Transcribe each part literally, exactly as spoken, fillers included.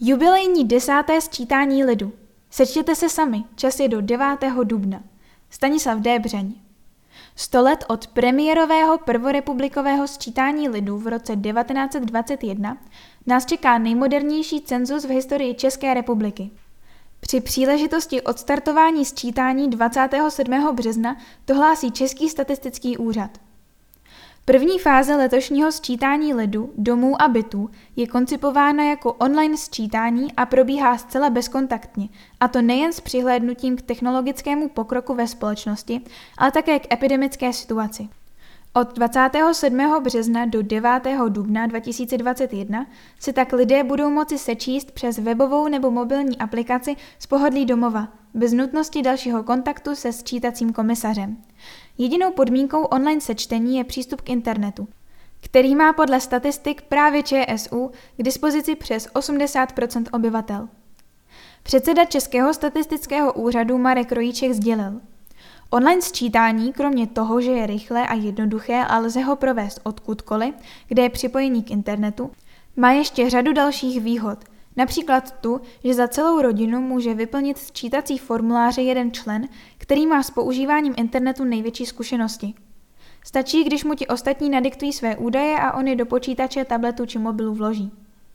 Jubilejní desáté sčítání lidu. Sečtěte se sami, čas je do devátého dubna. Stanislav D. Břeň. Sto let od premiérového prvorepublikového sčítání lidu v roce devatenáct set dvacet jedna nás čeká nejmodernější cenzus v historii České republiky. Při příležitosti odstartování sčítání dvacátého sedmého března to hlásí Český statistický úřad. První fáze letošního sčítání lidu, domů a bytů je koncipována jako online sčítání a probíhá zcela bezkontaktně, a to nejen s přihlédnutím k technologickému pokroku ve společnosti, ale také k epidemické situaci. Od dvacátého sedmého března do devátého dubna dva tisíce dvacet jedna se tak lidé budou moci sečíst přes webovou nebo mobilní aplikaci z pohodlí domova, bez nutnosti dalšího kontaktu se sčítacím komisařem. Jedinou podmínkou online sečtení je přístup k internetu, který má podle statistik právě ČSÚ k dispozici přes osmdesát procent obyvatel. Předseda Českého statistického úřadu Marek Rojíček sdělil: online sčítání, kromě toho, že je rychlé a jednoduché a lze ho provést odkudkoliv, kde je připojení k internetu, má ještě řadu dalších výhod. Například tu, že za celou rodinu může vyplnit sčítací formuláře jeden člen, který má s používáním internetu největší zkušenosti. Stačí, když mu ti ostatní nadiktují své údaje a on je do počítače, tabletu či mobilu vloží.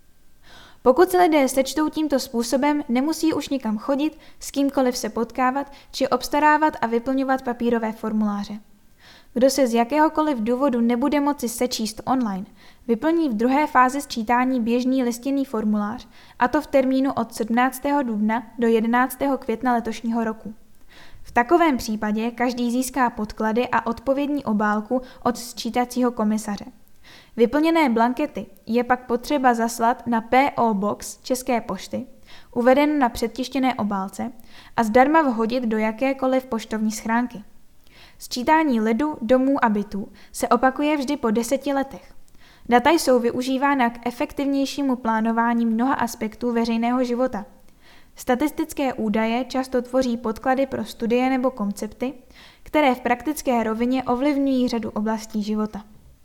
Pokud se lidé sečtou tímto způsobem, nemusí už nikam chodit, s kýmkoliv se potkávat či obstarávat a vyplňovat papírové formuláře. Kdo se z jakéhokoliv důvodu nebude moci sečíst online, vyplní v druhé fázi sčítání běžný listinný formulář, a to v termínu od sedmnáctého dubna do jedenáctého května letošního roku. V takovém případě každý získá podklady a odpovědní obálku od sčítacího komisaře. Vyplněné blankety je pak potřeba zaslat na P O Box České pošty, uveden na předtištěné obálce, a zdarma vhodit do jakékoliv poštovní schránky. Sčítání lidu, domů a bytů se opakuje vždy po deseti letech. Data jsou využívána k efektivnějšímu plánování mnoha aspektů veřejného života. Statistické údaje často tvoří podklady pro studie nebo koncepty, které v praktické rovině ovlivňují řadu oblastí života.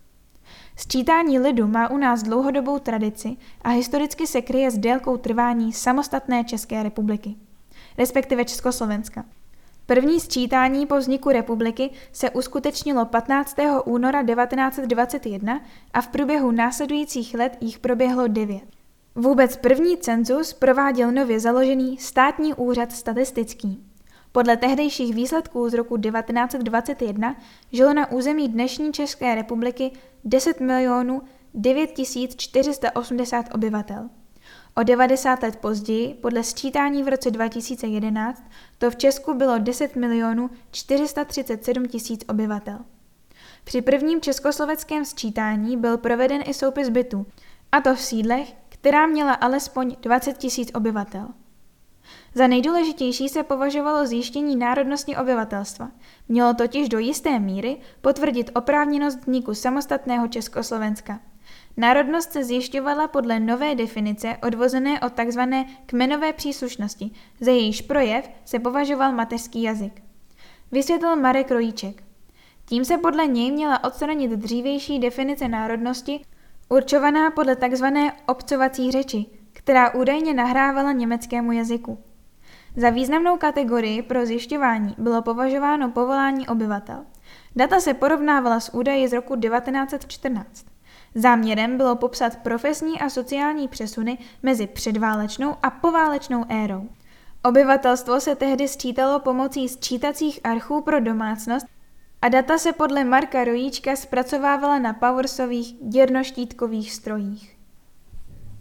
Sčítání lidu má u nás dlouhodobou tradici a historicky se kryje s délkou trvání samostatné České republiky, respektive Československa. První sčítání po vzniku republiky se uskutečnilo patnáctého února devatenáct set dvacet jedna a v průběhu následujících let jich proběhlo devět. Vůbec první cenzus prováděl nově založený Státní úřad statistický. Podle tehdejších výsledků z roku devatenáct set dvacet jedna žilo na území dnešní České republiky deset milionů devět tisíc čtyři sta osmdesát obyvatel. O devadesát let později, podle sčítání v roce dva tisíce jedenáct, to v Česku bylo deset milionů čtyři sta třicet sedm tisíc obyvatel. Při prvním československém sčítání byl proveden i soupis bytů, a to v sídlech, která měla alespoň dvacet tisíc obyvatel. Za nejdůležitější se považovalo zjištění národnosti obyvatelstva. Mělo totiž do jisté míry potvrdit oprávněnost vzniku samostatného Československa. Národnost se zjišťovala podle nové definice odvozené od tzv. Kmenové příslušnosti, za jejíž projev se považoval mateřský jazyk. Vysvětlil Marek Rojíček. Tím se podle něj měla odstranit dřívější definice národnosti, určovaná podle tzv. Obcovací řeči, která údajně nahrávala německému jazyku. Za významnou kategorii pro zjišťování bylo považováno povolání obyvatel. Data se porovnávala s údaji z roku devatenáct set čtrnáct. Záměrem bylo popsat profesní a sociální přesuny mezi předválečnou a poválečnou érou. Obyvatelstvo se tehdy sčítalo pomocí sčítacích archů pro domácnost a data se podle Marka Rojíčka zpracovávala na Powersových děrnoštítkových strojích.